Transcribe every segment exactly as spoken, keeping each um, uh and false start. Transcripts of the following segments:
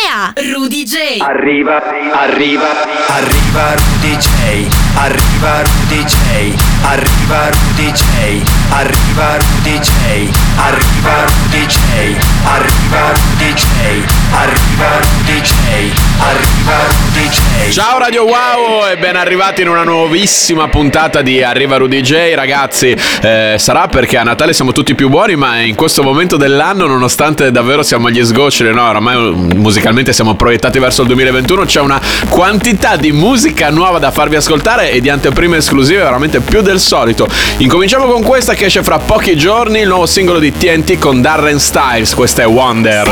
compagnia. Rudy J. Arriva, arriva, arriva Rudy J. Arriva Rudy J. Arriva Rudy J. Arriva Rudy J. Arriva Rudy J. Arriva Rudy J. Arriva Rudy J. Arriva Rudy J. Ciao Radio Wow e ben arrivati in una nuovissima puntata di Arriva Rudy J. Ragazzi, eh, sarà perché a Natale siamo tutti più buoni, ma in questo momento dell'anno, nonostante davvero siamo agli sgoccioli, no, oramai musicalmente siamo proiettati verso il duemilaventuno, c'è una quantità di musica nuova da farvi ascoltare e di anteprime esclusive veramente più del solito. Incominciamo con questa che esce fra pochi giorni, il nuovo singolo di T N T con Darren Styles, questa è Wonder.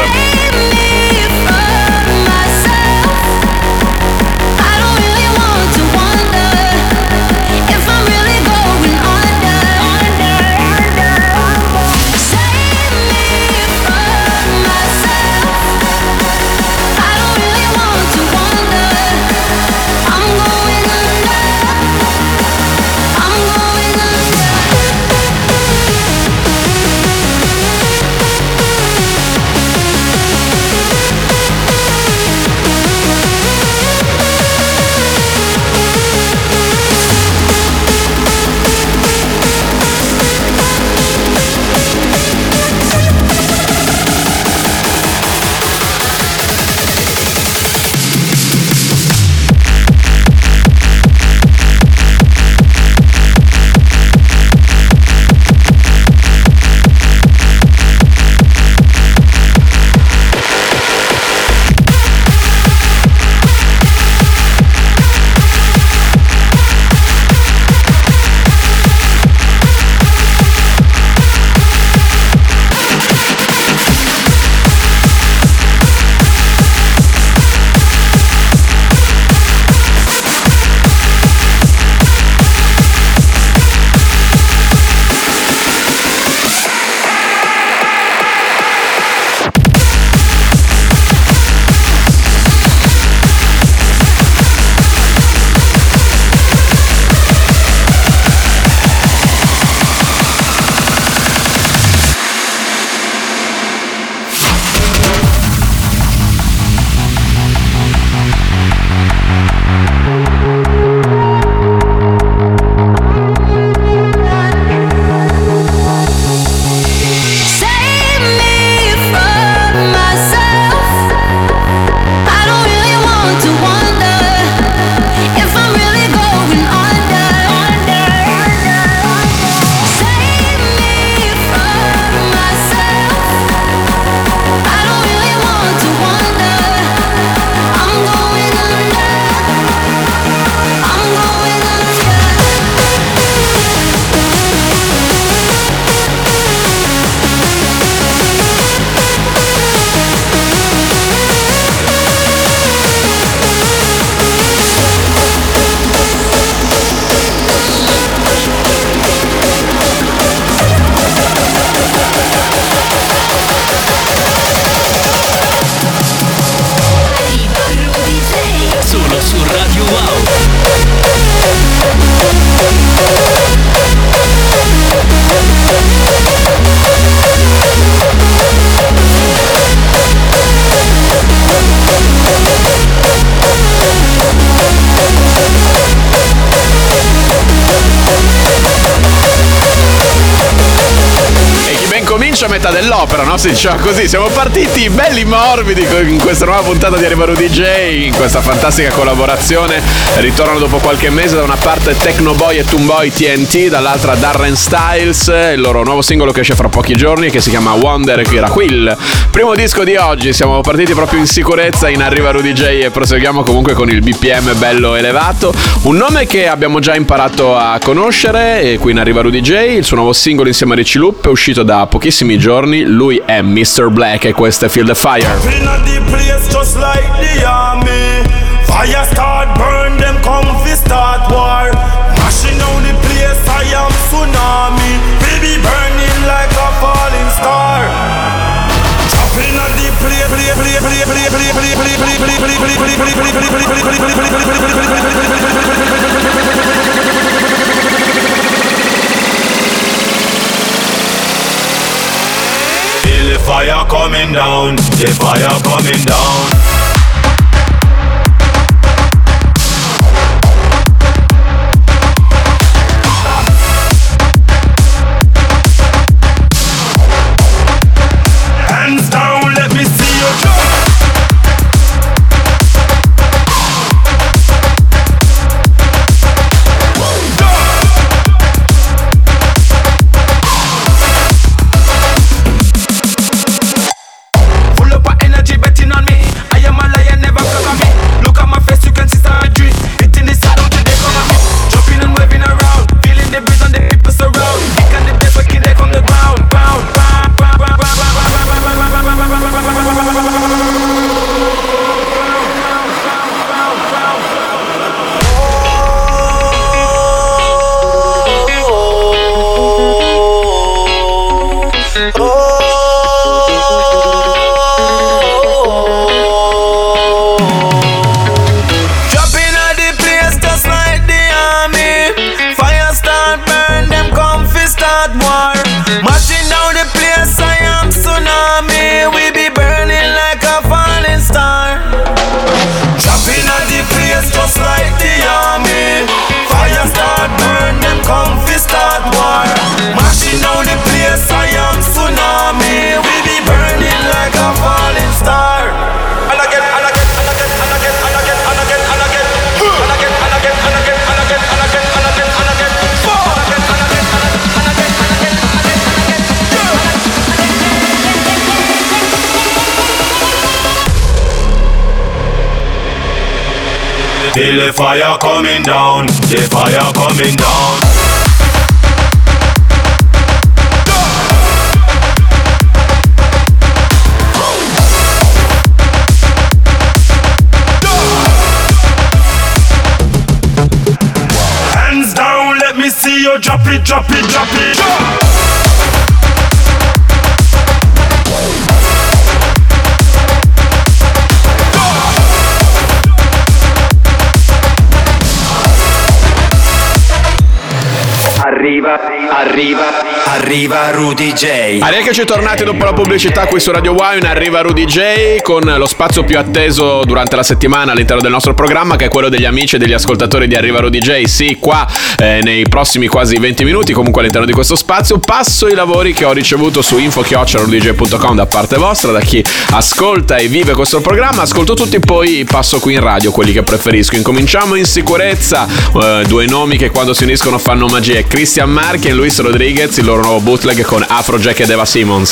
A metà dell'opera, no? Si diceva così. Siamo partiti belli morbidi in questa nuova puntata di Arriva Rudy J, in questa fantastica collaborazione. Ritornano dopo qualche mese da una parte Techno Boy e Toonboy T N T, dall'altra Darren Styles, il loro nuovo singolo che esce fra pochi giorni che si chiama Wonder, che era qui il primo disco di oggi. Siamo partiti proprio in sicurezza in Arriva Rudy J e proseguiamo comunque con il B P M bello elevato, un nome che abbiamo già imparato a conoscere e qui in Arriva Rudy J. Il suo nuovo singolo insieme a Richie Loop è uscito da pochissimi giorni, lui è mister Black e questo è Feel the Fire. Fire start burn them come fi start war. Mashing down the place I am tsunami. Baby burning like a falling star. Chopping at the play play play play play play play play play play play play play play play Feel the fire coming down, the fire coming down. Feel the fire coming down, the fire coming down. Hands down, let me see you drop it, drop it, drop it. Drop. Arriva, arriva, arriva Rudy J. Ah, eccoci tornati dopo la pubblicità qui su Radio Wine. Arriva Rudy J con lo spazio più atteso durante la settimana all'interno del nostro programma, che è quello degli amici e degli ascoltatori di Arriva Rudy J. Sì, qua eh, nei prossimi quasi venti minuti, comunque all'interno di questo spazio, passo i lavori che ho ricevuto su info chiocciola rudy j punto com da parte vostra, da chi ascolta e vive questo programma. Ascolto tutti, poi passo qui in radio quelli che preferisco. Incominciamo in sicurezza, eh, due nomi che quando si uniscono fanno magie: Christian Marchi e Luis Rodriguez, il loro nuovo bootleg con Afrojack ed Eva Simons.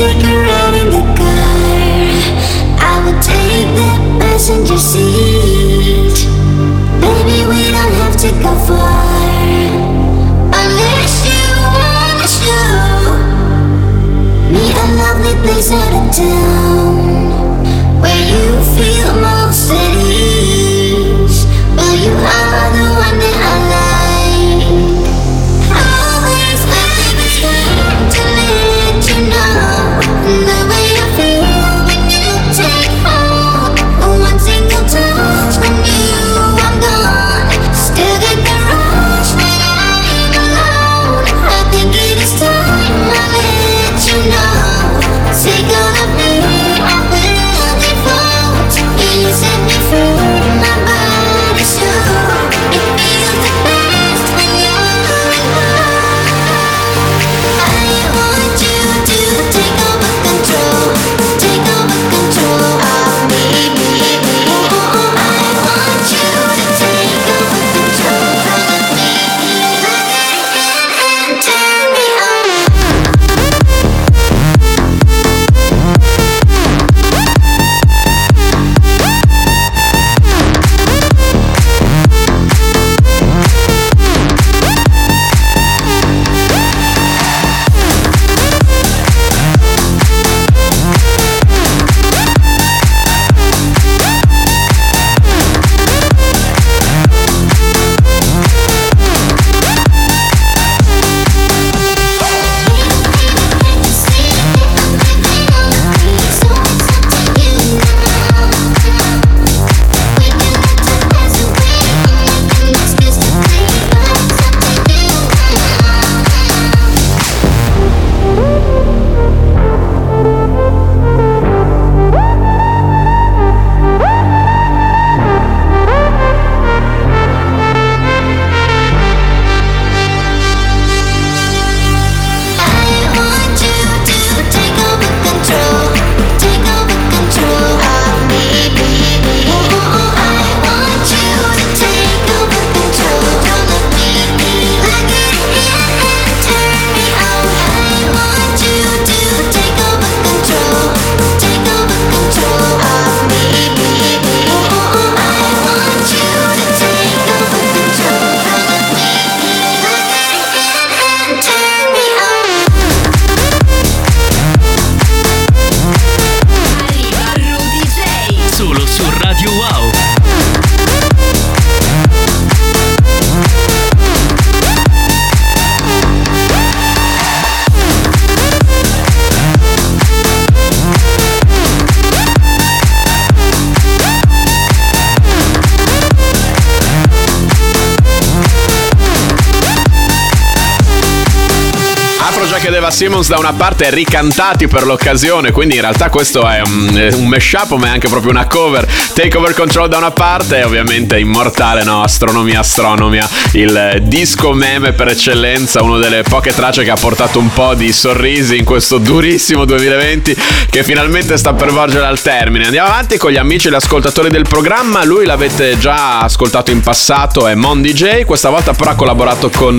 Ed Eva Simons da una parte, ricantati per l'occasione, quindi in realtà questo è un, un mashup, ma è anche proprio una cover. Take Over Control da una parte e ovviamente immortale, no? Astronomia Astronomia, il disco meme per eccellenza, una delle poche tracce che ha portato un po' di sorrisi in questo durissimo duemilaventi che finalmente sta per volgere al termine. Andiamo avanti con gli amici e gli ascoltatori del programma. Lui l'avete già ascoltato in passato, è Mon D J, questa volta però ha collaborato con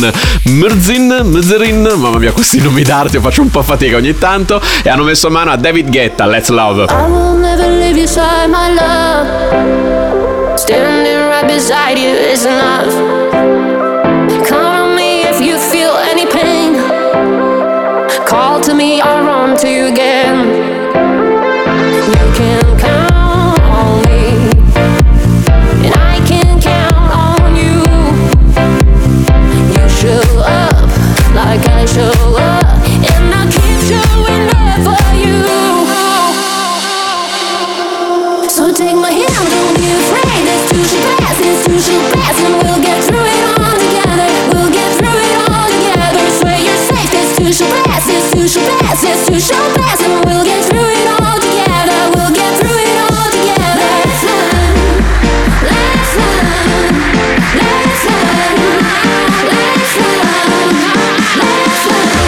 Mrzin, Mzrin, mamma mia questi nomi d'arte, faccio un po' fatica ogni tanto, e hanno messo mano a David Guetta, Let's Love. I will never leave your side, my love. Standing right beside you is enough. Count on me if you feel any pain. Call to me, I'll run to you again. You can count on me, and I can count on you. You show up like I show up, and I'll keep showing up for you. So take my hand, don't be afraid. This too shall pass, this too shall pass, and we'll get through it all together. We'll get through it all together. Swear you're safe. This too shall pass, this too shall pass, this too shall pass, and we'll get through it all together. We'll get through it all together. Let's run, let's run, let's run, let's run, let's run.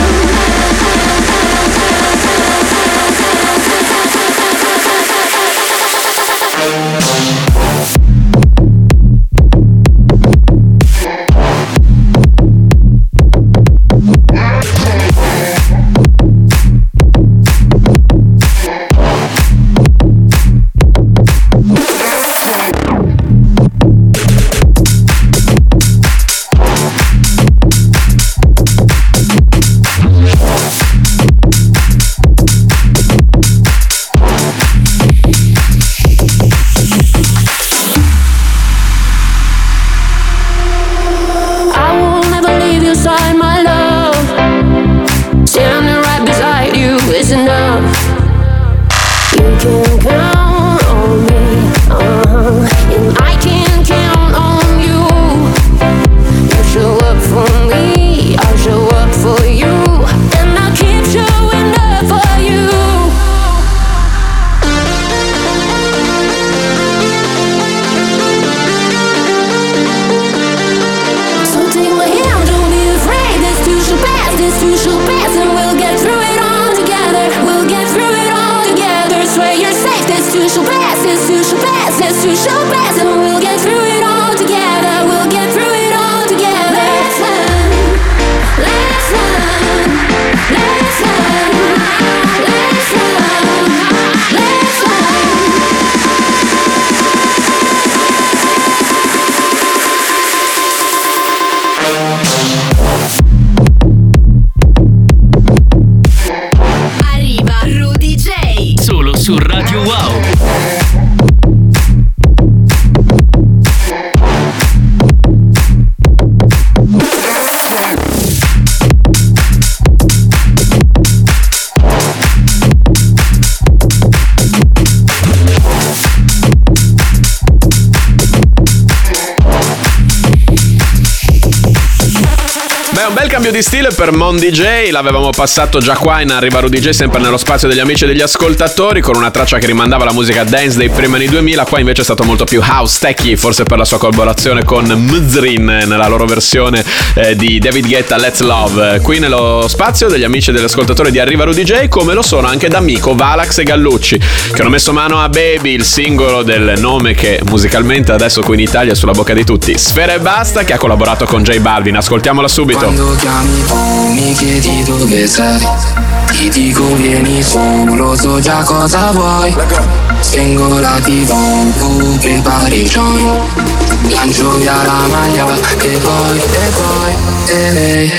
Cambio di stile per Mon D J, l'avevamo passato già qua in Arriva Rudy J, sempre nello spazio degli amici e degli ascoltatori, con una traccia che rimandava alla musica dance dei primi anni duemila. Qua invece è stato molto più house techy, forse per la sua collaborazione con Mzrin nella loro versione eh, di David Guetta Let's Love. Qui nello spazio degli amici e degli ascoltatori di Arriva Rudy J, come lo sono anche D'Amico, Valax e Gallucci, che hanno messo mano a Baby, il singolo del nome che musicalmente adesso qui in Italia è sulla bocca di tutti, Sfera e Basta, che ha collaborato con J Balvin. Ascoltiamola subito. Quando chiami tu mi chiedi dove sei, ti dico vieni su, lo so già cosa vuoi. Spengo la tivù, tu prepari il joint, lancio via la maglia e poi, e poi, e lei.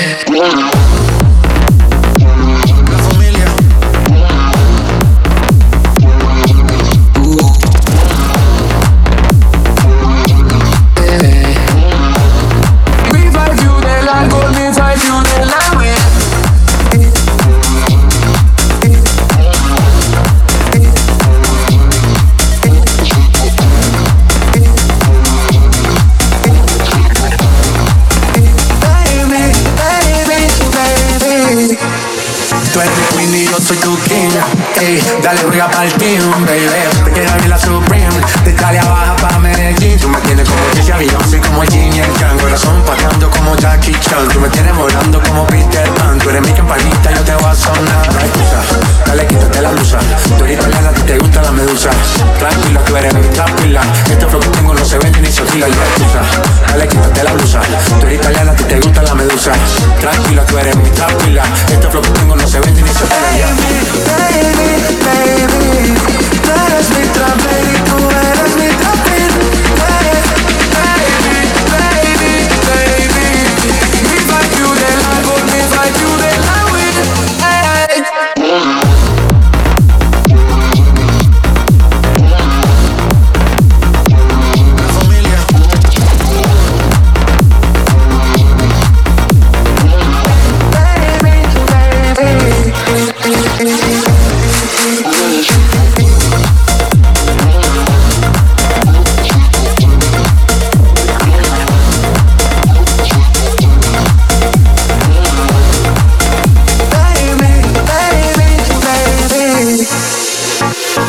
Soy tu king, ey, dale ruido pa'l team, baby. Te queda bien la Supreme, de Italia baja pa' Medellín. Tú me tienes como Jessie Beyoncé, como el Yin y el Yang. Corazón pateando como Jackie Chan. Tú me tienes volando como Peter Pan. Tú eres mi campanita, yo te voy a sonar. No hay excusa, dale quítate la blusa. Tú eres italiana, a ti te gusta la medusa. Tranquila, tú eres mi tranquila. Este flow que tengo no se vende ni se oscila. No hay excusa, dale quítate la blusa. Tú eres italiana, a ti te gusta la medusa. Tranquila, tú eres mi tranquila. Este flow que tengo no se vende ni se oscila. Baby, baby, tú eres mi trap lady, tú eres mi trap queen. Baby, baby.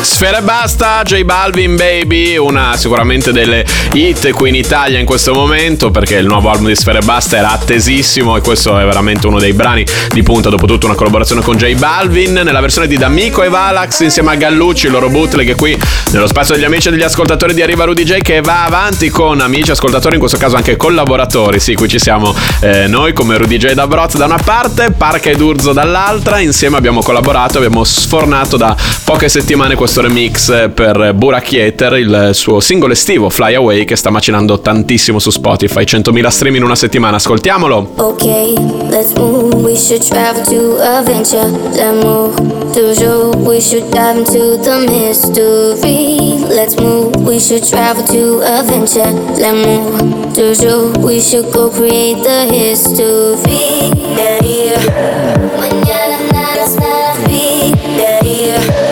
Sfera e basta, J Balvin Baby, una sicuramente delle hit qui in Italia in questo momento, perché il nuovo album di Sfera e basta era attesissimo e questo è veramente uno dei brani di punta, dopo tutto una collaborazione con J Balvin nella versione di D'Amico e Valax insieme a Gallucci, il loro bootleg qui nello spazio degli amici e degli ascoltatori di Arriva Rudy J, che va avanti con amici ascoltatori, in questo caso anche collaboratori. Sì, qui ci siamo eh, noi come Rudy J da Broz da una parte, Parca ed Urzo dall'altra, insieme abbiamo collaborato, abbiamo sfornato da poche settimane questo remix per Buracchieter, il suo singolo estivo Fly Away, che sta macinando tantissimo su Spotify, centomila stream in una settimana. Ascoltiamolo. Ok, let's move, we should travel to adventure. Let's move, toujours, we should dive into the mystery. Let's move, we should travel to adventure. Let's move, toujours, we should go create the history. Yeah, yeah. Mañana nada es nada free. Yeah, yeah.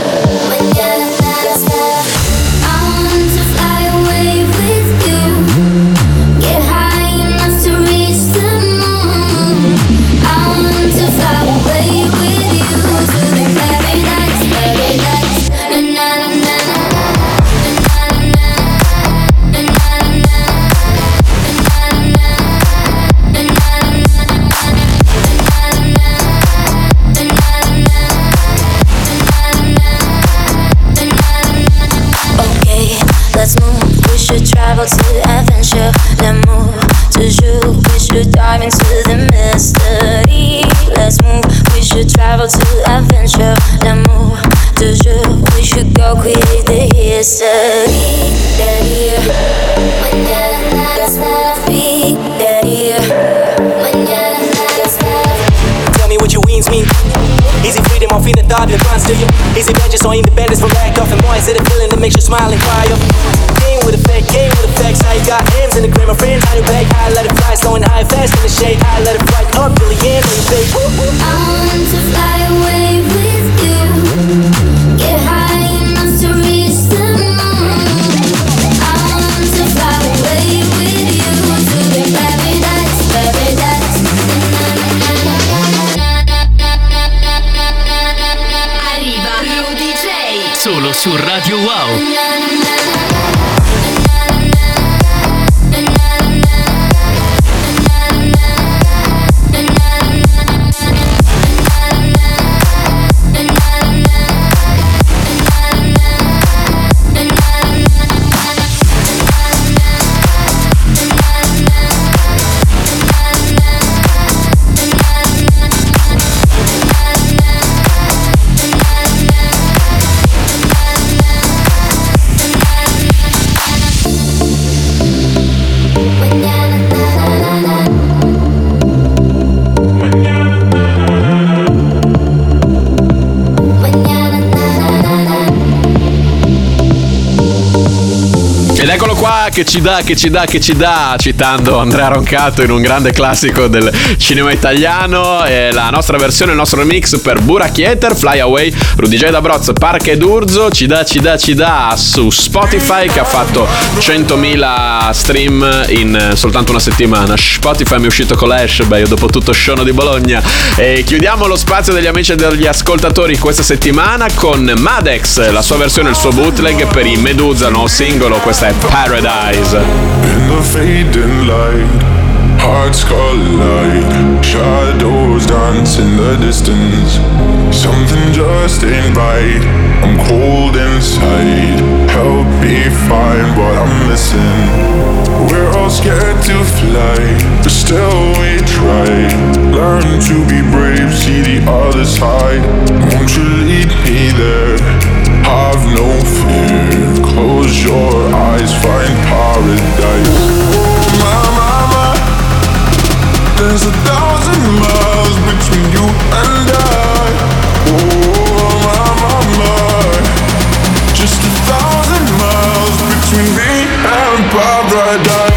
Travel to adventure, let's move. Toujours, we should dive into the mystery. Let's move, we should travel to adventure, let's move. Toujours, we should go create the history. Yeah, mañana nada es nada free. Yeah, mañana nada es nada. Tell me what your wings mean. Is it freedom or freedom thought that runs to you? Is it vengeance or independence from lack of? And more, is it a feeling that makes you smile and cry up? Game with effect, game with effects. Now you got hands in the grave, my friends on your back. I let it fly, slowing high fast in the shade. I let it fly up till the end of your face. I want to fly away with you. Get high enough to reach the moon. I want to fly away with you to the paradise, paradise. Arriva Rudy J solo su Radio Wow. Eccolo qua che ci dà, che ci dà, che ci dà, citando Andrea Roncato in un grande classico del cinema italiano. È la nostra versione, il nostro remix per Buracchieter, Fly Away, Rudy J da Broz, Parca ed Urzo, ci dà, ci dà, ci dà su Spotify, che ha fatto centomila stream in soltanto una settimana. Spotify mi è uscito con l'hash, beh, io dopo tutto sciono di Bologna. E chiudiamo lo spazio degli amici e degli ascoltatori questa settimana con Madex, la sua versione, il suo bootleg per i Medusa, nuovo singolo, questa è Paradise. In the fading light, hearts collide, shadows dance in the distance. Something just ain't right, I'm cold inside. Help me find what I'm missing. We're all scared to fly, but still we try. Learn to be brave, see the other side. Won't you lead me there? Have no fear, close your eyes, find paradise. My mama, there's a thousand miles between you and I. Oh, my mama, just a thousand miles between me and paradise.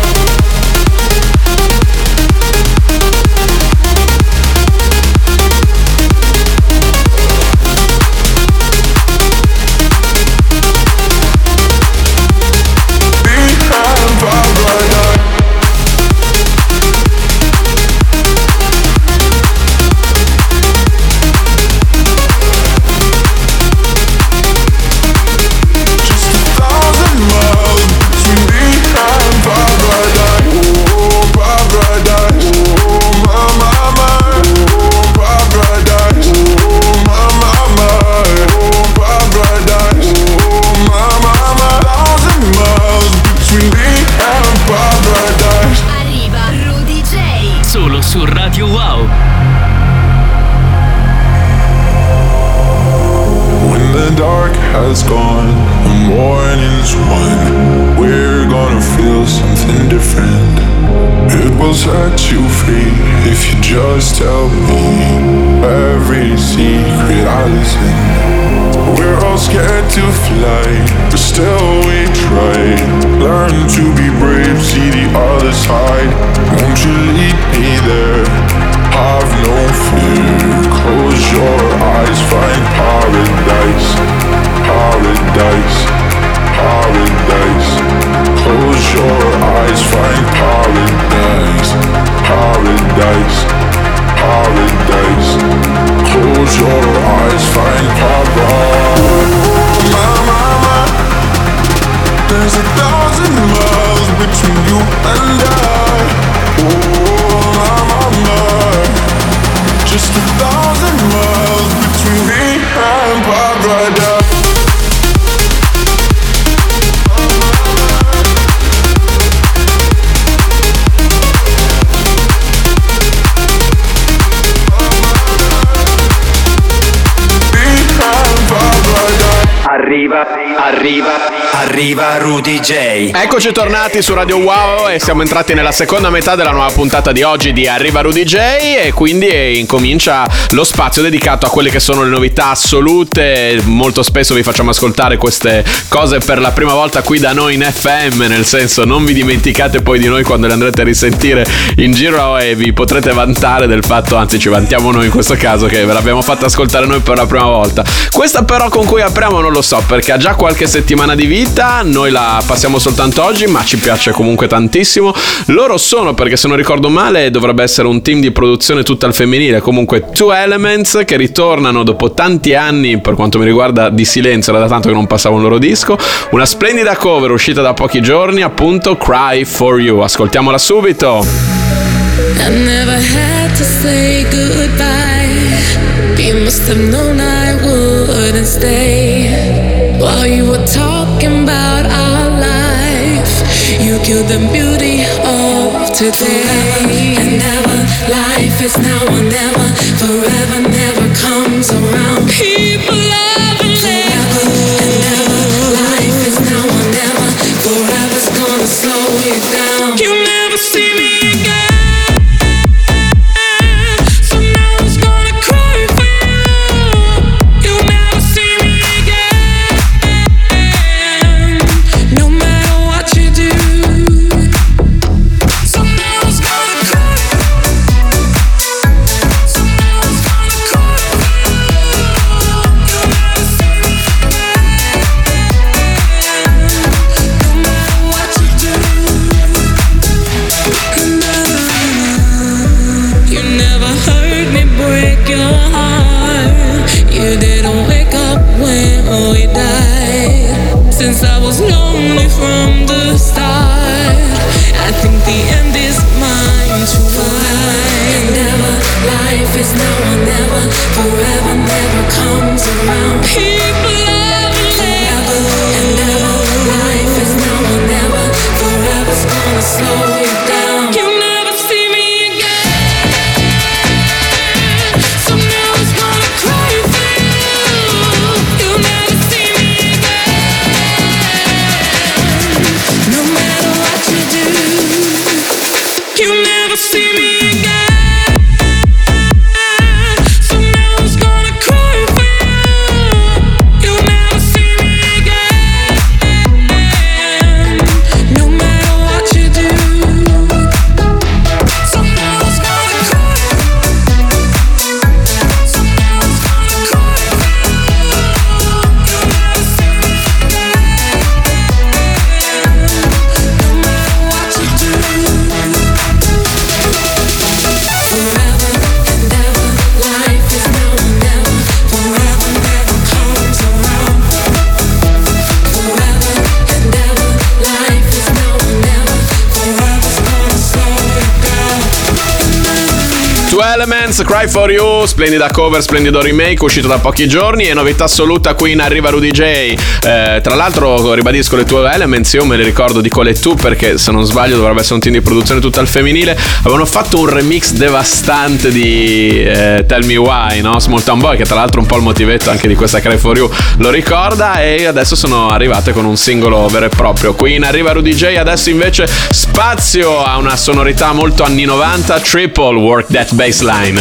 has gone. The morning's won. We're gonna feel something different. It will set you free if you just tell me every secret I listen. We're all scared to fly, but still we try. Learn to be brave, see the other side. Won't you lead me there? Have no fear. Close your eyes, find paradise. Paradise, paradise. Close your eyes, find paradise. Paradise, paradise. Close your eyes, find paradise. Mama, mama, there's a thousand miles between you and I. Oh, mama, mama, just a thousand miles between me and paradise. Arriva, arriva, arriva Rudy J. Eccoci tornati su Radio Wow e siamo entrati nella seconda metà della nuova puntata di oggi di Arriva Rudy J, e quindi incomincia lo spazio dedicato a quelle che sono le novità assolute. Molto spesso vi facciamo ascoltare queste cose per la prima volta qui da noi in F M, nel senso non vi dimenticate poi di noi quando le andrete a risentire in giro e vi potrete vantare del fatto, anzi ci vantiamo noi in questo caso, che ve l'abbiamo fatta ascoltare noi per la prima volta. Questa però con cui apriamo non lo so, perché ha già qualche settimana di vita, noi la passiamo soltanto oggi, ma ci piace comunque tantissimo. Loro sono, perché se non ricordo male dovrebbe essere un team di produzione tutta al femminile, comunque Two Elements, che ritornano dopo tanti anni, per quanto mi riguarda, di silenzio, era da tanto che non passava un loro disco. Una splendida cover uscita da pochi giorni, appunto Cry For You. Ascoltiamola subito. I never had to say goodbye. You must have known I wouldn't stay. While you were talking about our life, you killed the beauty of today. And never, life is now or never. Forever never comes around. People love and never, and never, life is now or never. Forever's gonna slow you down. You never see me again. So now it's gonna cry for you. Elements, Cry For You, splendida cover, splendido remake, uscito da pochi giorni e novità assoluta qui in Arriva Rudy J. Eh, tra l'altro ribadisco, le tue Elements io me le ricordo di Cole e tu, perché se non sbaglio dovrebbe essere un team di produzione tutta al femminile. Avevano fatto un remix devastante di eh, Tell Me Why, no? Small Town Boy, che tra l'altro un po' il motivetto anche di questa Cry For You lo ricorda, e adesso sono arrivate con un singolo vero e proprio. Qui in Arriva Rudy J adesso invece spazio a una sonorità molto anni novanta, Triple, Work That Bassline.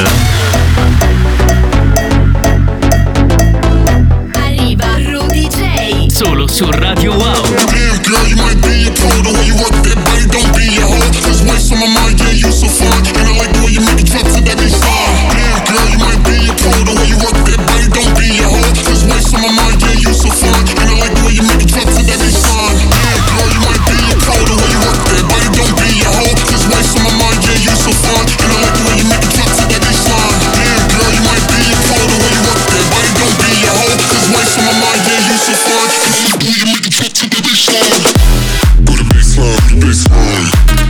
Arriva Rudy J solo su Radio Wow. Damn girl, you might be a pro, the way you work that body, don't be a hoe. There's waste on my mind, yeah, you so fun, and I like the way you make it drop to that bass line. Damn girl, you might be a pro, the way you work that body, don't be a hoe. There's waste on my mind, yeah, you so fun, and I like the way you make it drop to that bass line. Damn girl, you might be a pro, the way you work that body, don't be a hoe. There's waste on my mind, yeah, you so fun, and I like the way you make it drop to that bass line. Damn girl, you might be a pro, the way you work that body, don't be a hoe. There's waste on my mind, yeah, you so fun, and I like the way you make it drop to that bass line. Go to baseline, baseline.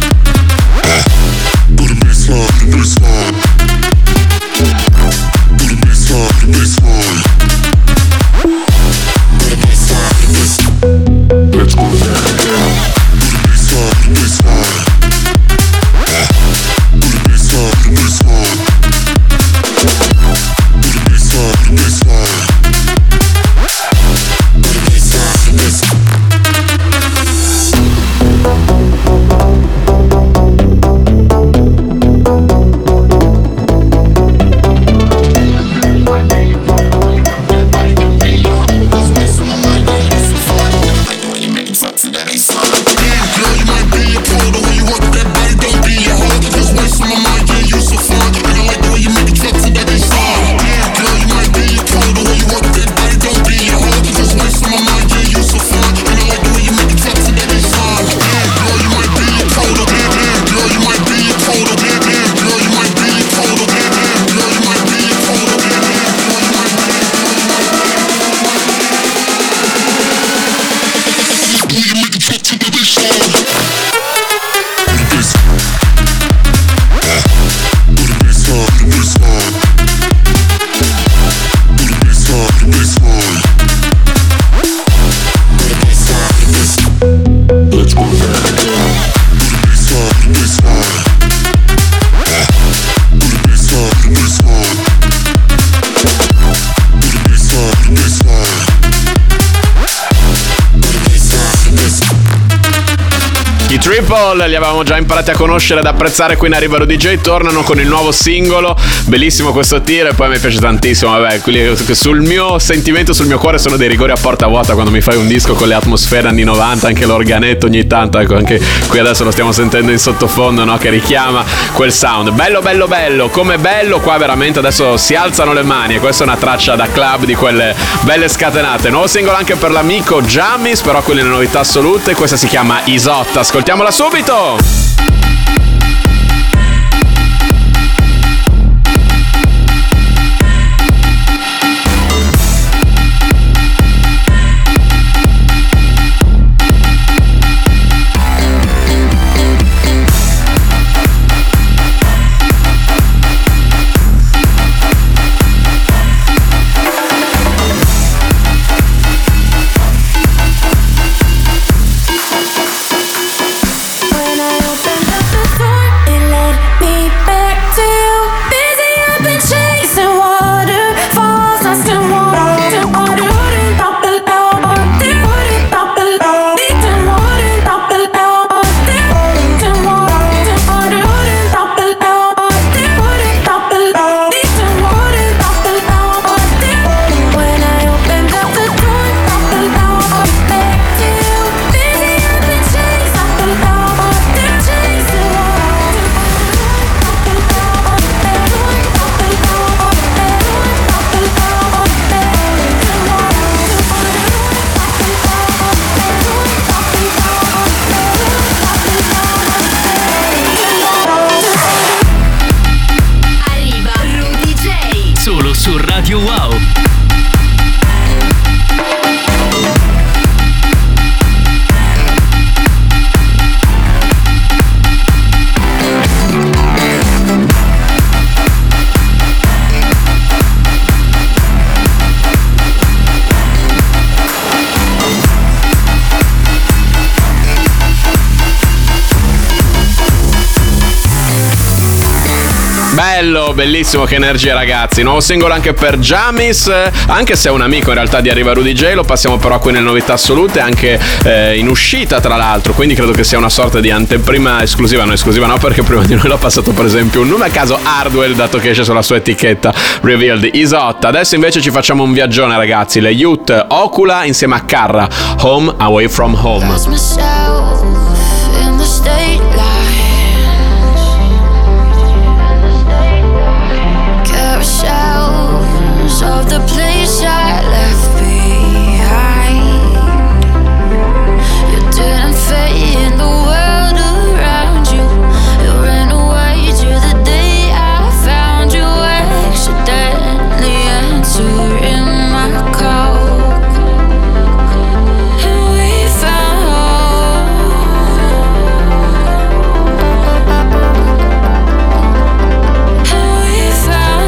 Go to baseline, baseline. Go to baseline, baseline. Go to baseline, baseline. Let's go there again. Go to baseline, baseline. Go to baseline, baseline. Go to baseline, baseline. Go to baseline, baseline. Triple li avevamo già imparati a conoscere ed apprezzare qui in Arriva Rudy J, tornano con il nuovo singolo, bellissimo questo tiro, e poi mi piace tantissimo, vabbè, quelli sul mio sentimento, sul mio cuore sono dei rigori a porta vuota quando mi fai un disco con le atmosfere anni novanta, anche l'organetto ogni tanto, ecco, anche qui adesso lo stiamo sentendo in sottofondo, no, che richiama quel sound, bello bello bello, come bello, qua veramente adesso si alzano le mani, e questa è una traccia da club di quelle belle scatenate. Nuovo singolo anche per l'amico Jammis, però quelle le novità assolute, questa si chiama Isotta, ascoltiamola subito. When I Bello, bellissimo, che energia ragazzi. Nuovo singolo anche per Jamis, anche se è un amico in realtà di Arriva Rudy J. Lo passiamo però qui nelle novità assolute, anche eh, in uscita tra l'altro, quindi credo che sia una sorta di anteprima esclusiva. No, esclusiva no, perché prima di noi l'ha passato per esempio un nome a caso Hardwell, dato che esce sulla sua etichetta Revealed Isotta. Adesso invece ci facciamo un viaggione ragazzi, le Youth Ocula insieme a Carra, Home Away From Home. Of the place I left behind, you didn't fit in the world around you. You ran away to the day I found you, accidentally answering my call. And we found and we found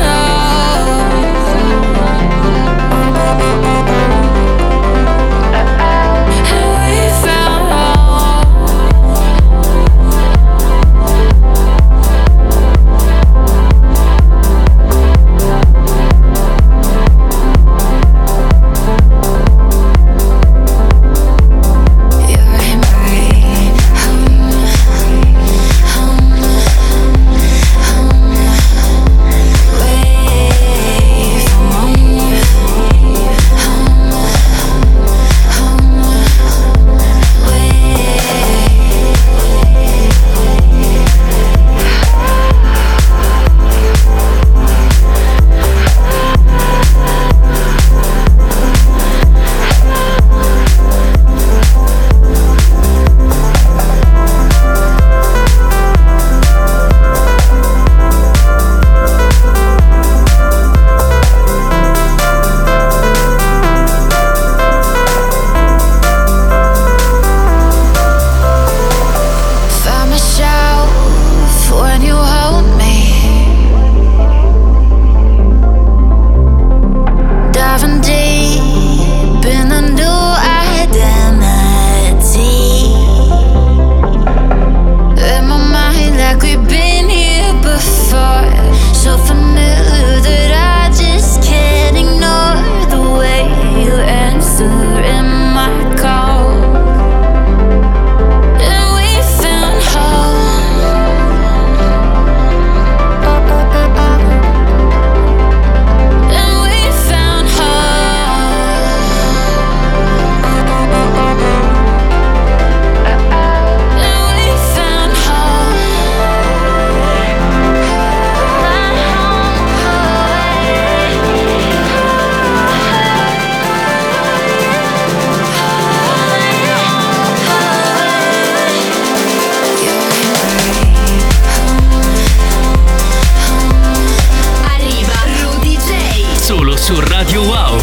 su Radio Wow.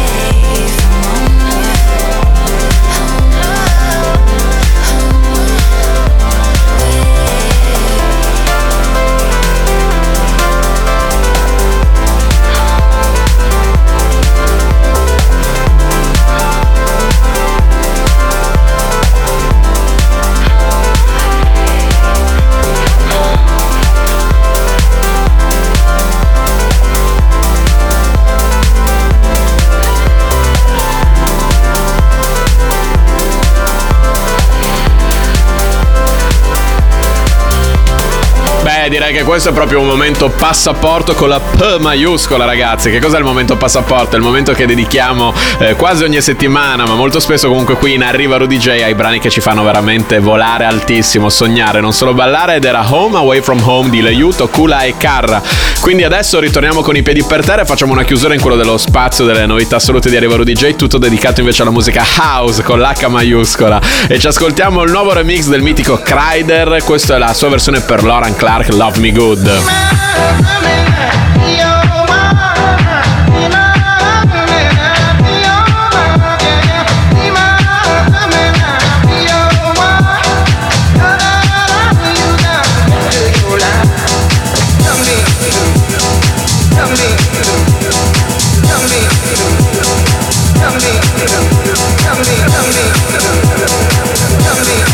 Direi che questo è proprio un momento passaporto con la P maiuscola, ragazzi. Che cos'è il momento passaporto? È il momento che dedichiamo eh, quasi ogni settimana, ma molto spesso comunque qui in Arriva Rudy J, ai brani che ci fanno veramente volare altissimo, sognare, non solo ballare. Ed era Home Away From Home di Le Youth, Ocula e Carra. Quindi adesso ritorniamo con i piedi per terra e facciamo una chiusura in quello dello spazio delle novità assolute di Arriva Rudy J, tutto dedicato invece alla musica house con l'H maiuscola. E ci ascoltiamo il nuovo remix del mitico Kryder. Questa è la sua versione per Lauren Clark, Love Me Good.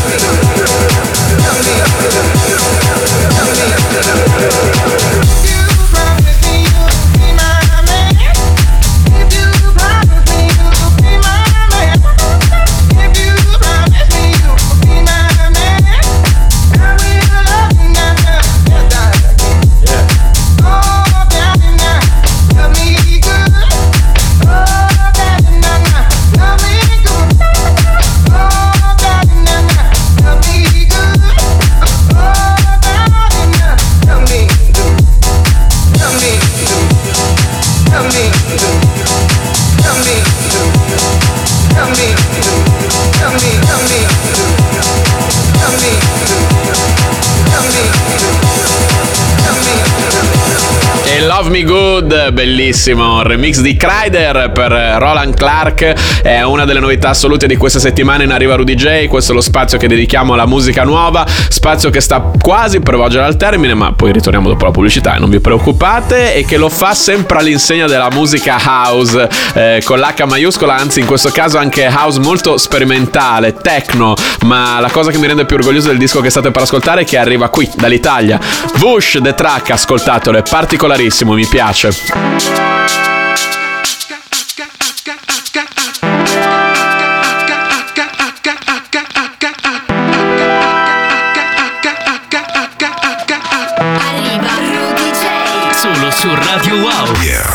You Me Good, bellissimo remix di Kryder per Roland Clark. È una delle novità assolute di questa settimana in Arriva Rudy J. Questo è lo spazio che dedichiamo alla musica nuova, spazio che sta quasi per volgere al termine, ma poi ritorniamo dopo la pubblicità, non vi preoccupate, e che lo fa sempre all'insegna della musica house, eh, con l'H maiuscola, anzi in questo caso anche house molto sperimentale, techno. Ma la cosa che mi rende più orgoglioso del disco che state per ascoltare è che arriva qui dall'Italia. Vush, The Track, ascoltatelo, è particolarissimo, mi piace. Arriva Rudy J. Solo su Radio Wow. Yeah.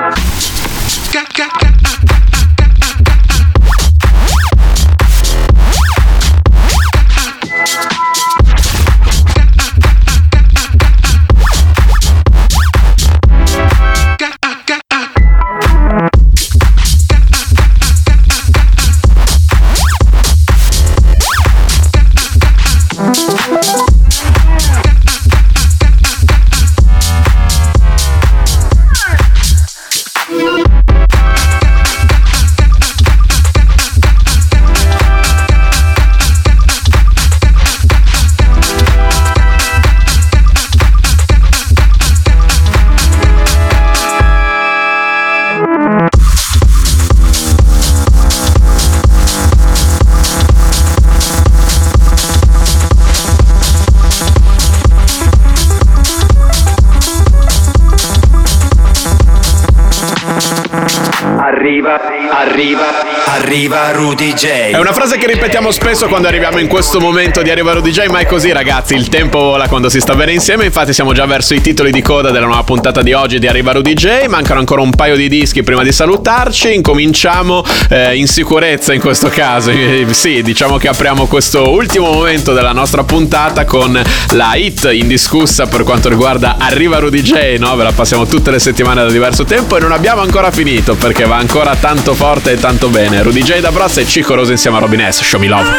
Arriva, arriva, arriva Rudy J. È una frase che ripetiamo spesso quando arriviamo in questo momento di Arriva Rudy J, ma è così, ragazzi, il tempo vola quando si sta bene insieme. Infatti siamo già verso i titoli di coda della nuova puntata di oggi di Arriva Rudy J. Mancano ancora un paio di dischi prima di salutarci. Incominciamo eh, in sicurezza in questo caso. Eh, sì, diciamo che apriamo questo ultimo momento della nostra puntata con la hit indiscussa per quanto riguarda Arriva Rudy J, no? Ve la passiamo tutte le settimane da diverso tempo e non abbiamo ancora finito perché va ancora tanto forte e tanto bene. Rudy J da Bros e Chico Rose insieme a Robin S. Show Me Love.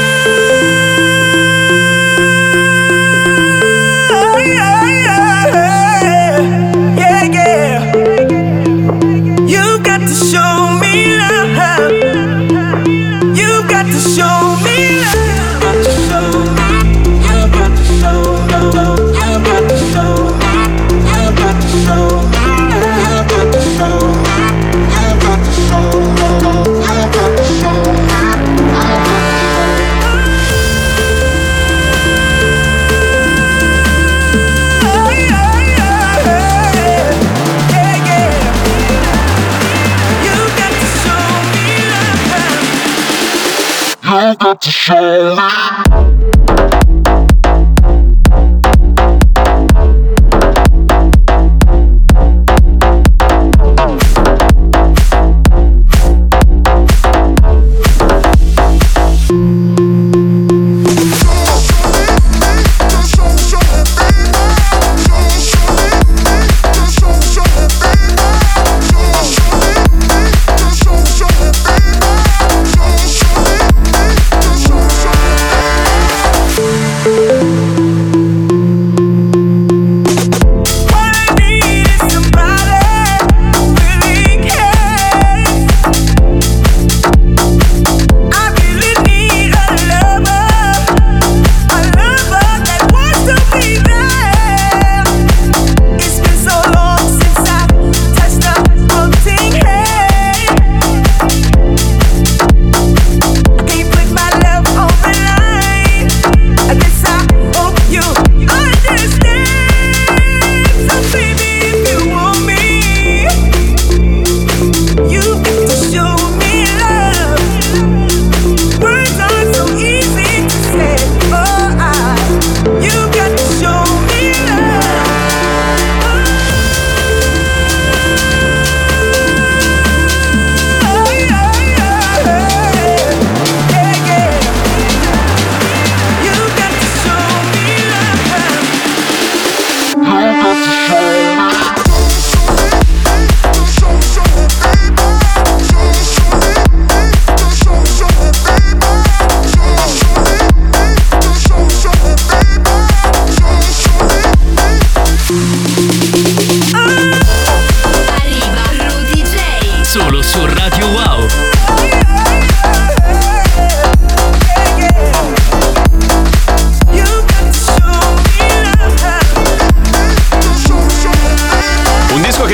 You got to show me.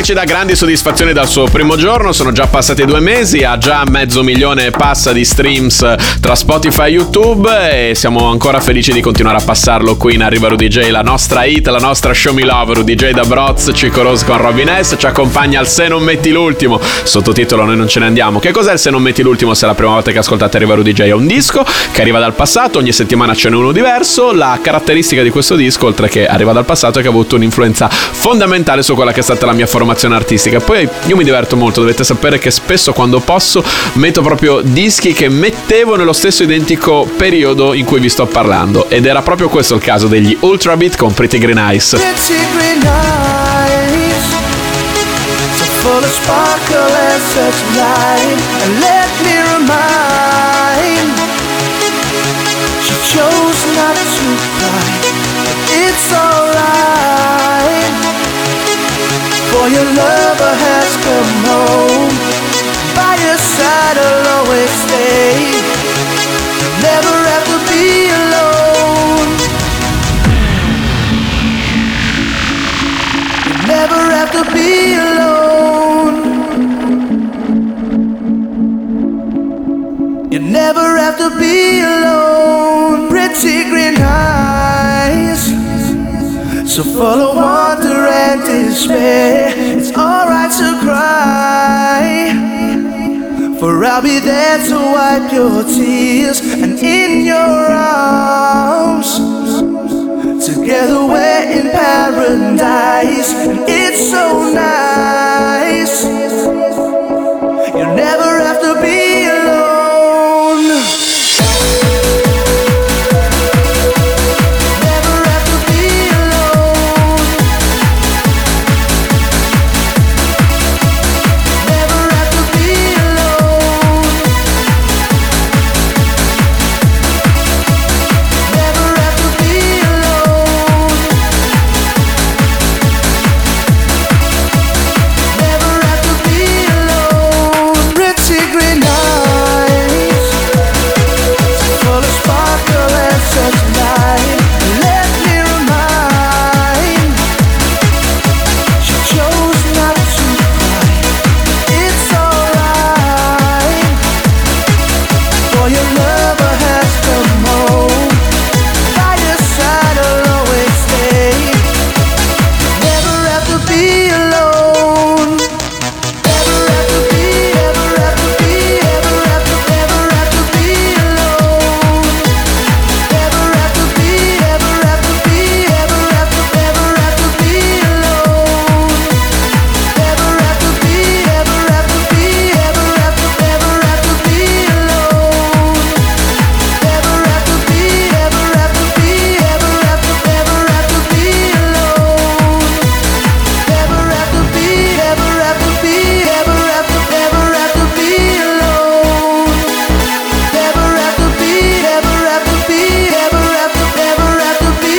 ci dà grandi soddisfazioni dal suo primo giorno, sono già passati due mesi, ha già mezzo milione e passa di streams tra Spotify e YouTube e siamo ancora felici di continuare a passarlo qui in Arriva Rudy J, la nostra hit, la nostra Show Me Love. Rudy J da Broz, Chico Rose con Robin S, ci accompagna al Se non metti l'ultimo, sottotitolo Noi non ce ne andiamo. Che cos'è il Se non metti l'ultimo se è la prima volta che ascoltate Arriva Rudy J? È un disco che arriva dal passato, ogni settimana ce n'è uno diverso. La caratteristica di questo disco, oltre che arriva dal passato, è che ha avuto un'influenza fondamentale su quella che è stata la mia formazione artistica. Poi io mi diverto molto, dovete sapere che spesso quando posso metto proprio dischi che mettevo nello stesso identico periodo in cui vi sto parlando, ed era proprio questo il caso degli Ultra Beat con Pretty Green Eyes. Pretty green eyes, so full of sparkle and such light, and let me remind, she chose not to cry, it's alright, for your lover has come home, by your side I'll always stay, never have to be alone, never have to be alone, you never have to be alone. Pretty green eyes, so full of wonder and despair, it's alright to cry, for I'll be there to wipe your tears, and in your arms together we're in paradise, and it's so nice, you never have to be alone, never have to be alone, never have to be alone, never have to be alone, never have to be alone. Pretty green eyes, full of sparkle and such light, let me remind, she chose not to cry, it's alright, for your lover has come home, by your side I'll always stay, never have to be alone, never have to be, never have to be, ever have to, never have to be alone, never have to be, never have to be, ever have to, never have to be alone, never have to be, never have to be, ever have to, never have to be alone, never have to be, never have to be, ever have to, never have to be alone, never have to be, never have to be, ever have to, never have to be alone, never have to be, never have to be, ever have to, never have to be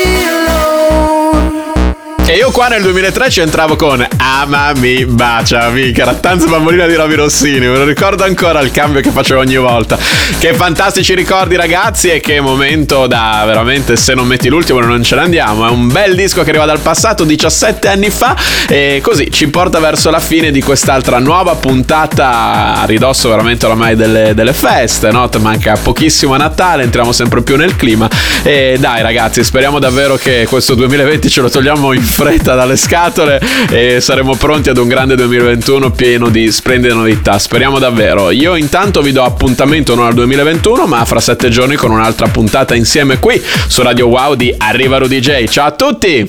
alone. E io qua nel duemilatré ci entravo con Amami, baciami, che era Tanza bambolina di Roby Rossini, me lo ricordo ancora il cambio che facevo ogni volta. Che fantastici ricordi ragazzi, e che momento da veramente Se non metti l'ultimo non ce ne andiamo. È un bel disco che arriva dal passato, diciassette anni fa, e così ci porta verso la fine di quest'altra nuova puntata a ridosso veramente oramai delle, delle feste, no? Manca pochissimo a Natale, entriamo sempre più nel clima e dai ragazzi, speriamo davvero che questo duemilaventi ce lo togliamo in fretta dalle scatole e saremo pronti ad un grande duemilaventuno pieno di splendide novità, speriamo davvero. Io intanto vi do appuntamento non al duemilaventuno ma fra sette giorni con un'altra puntata insieme qui su Radio Wow di Arriva Rudy J. Ciao a tutti!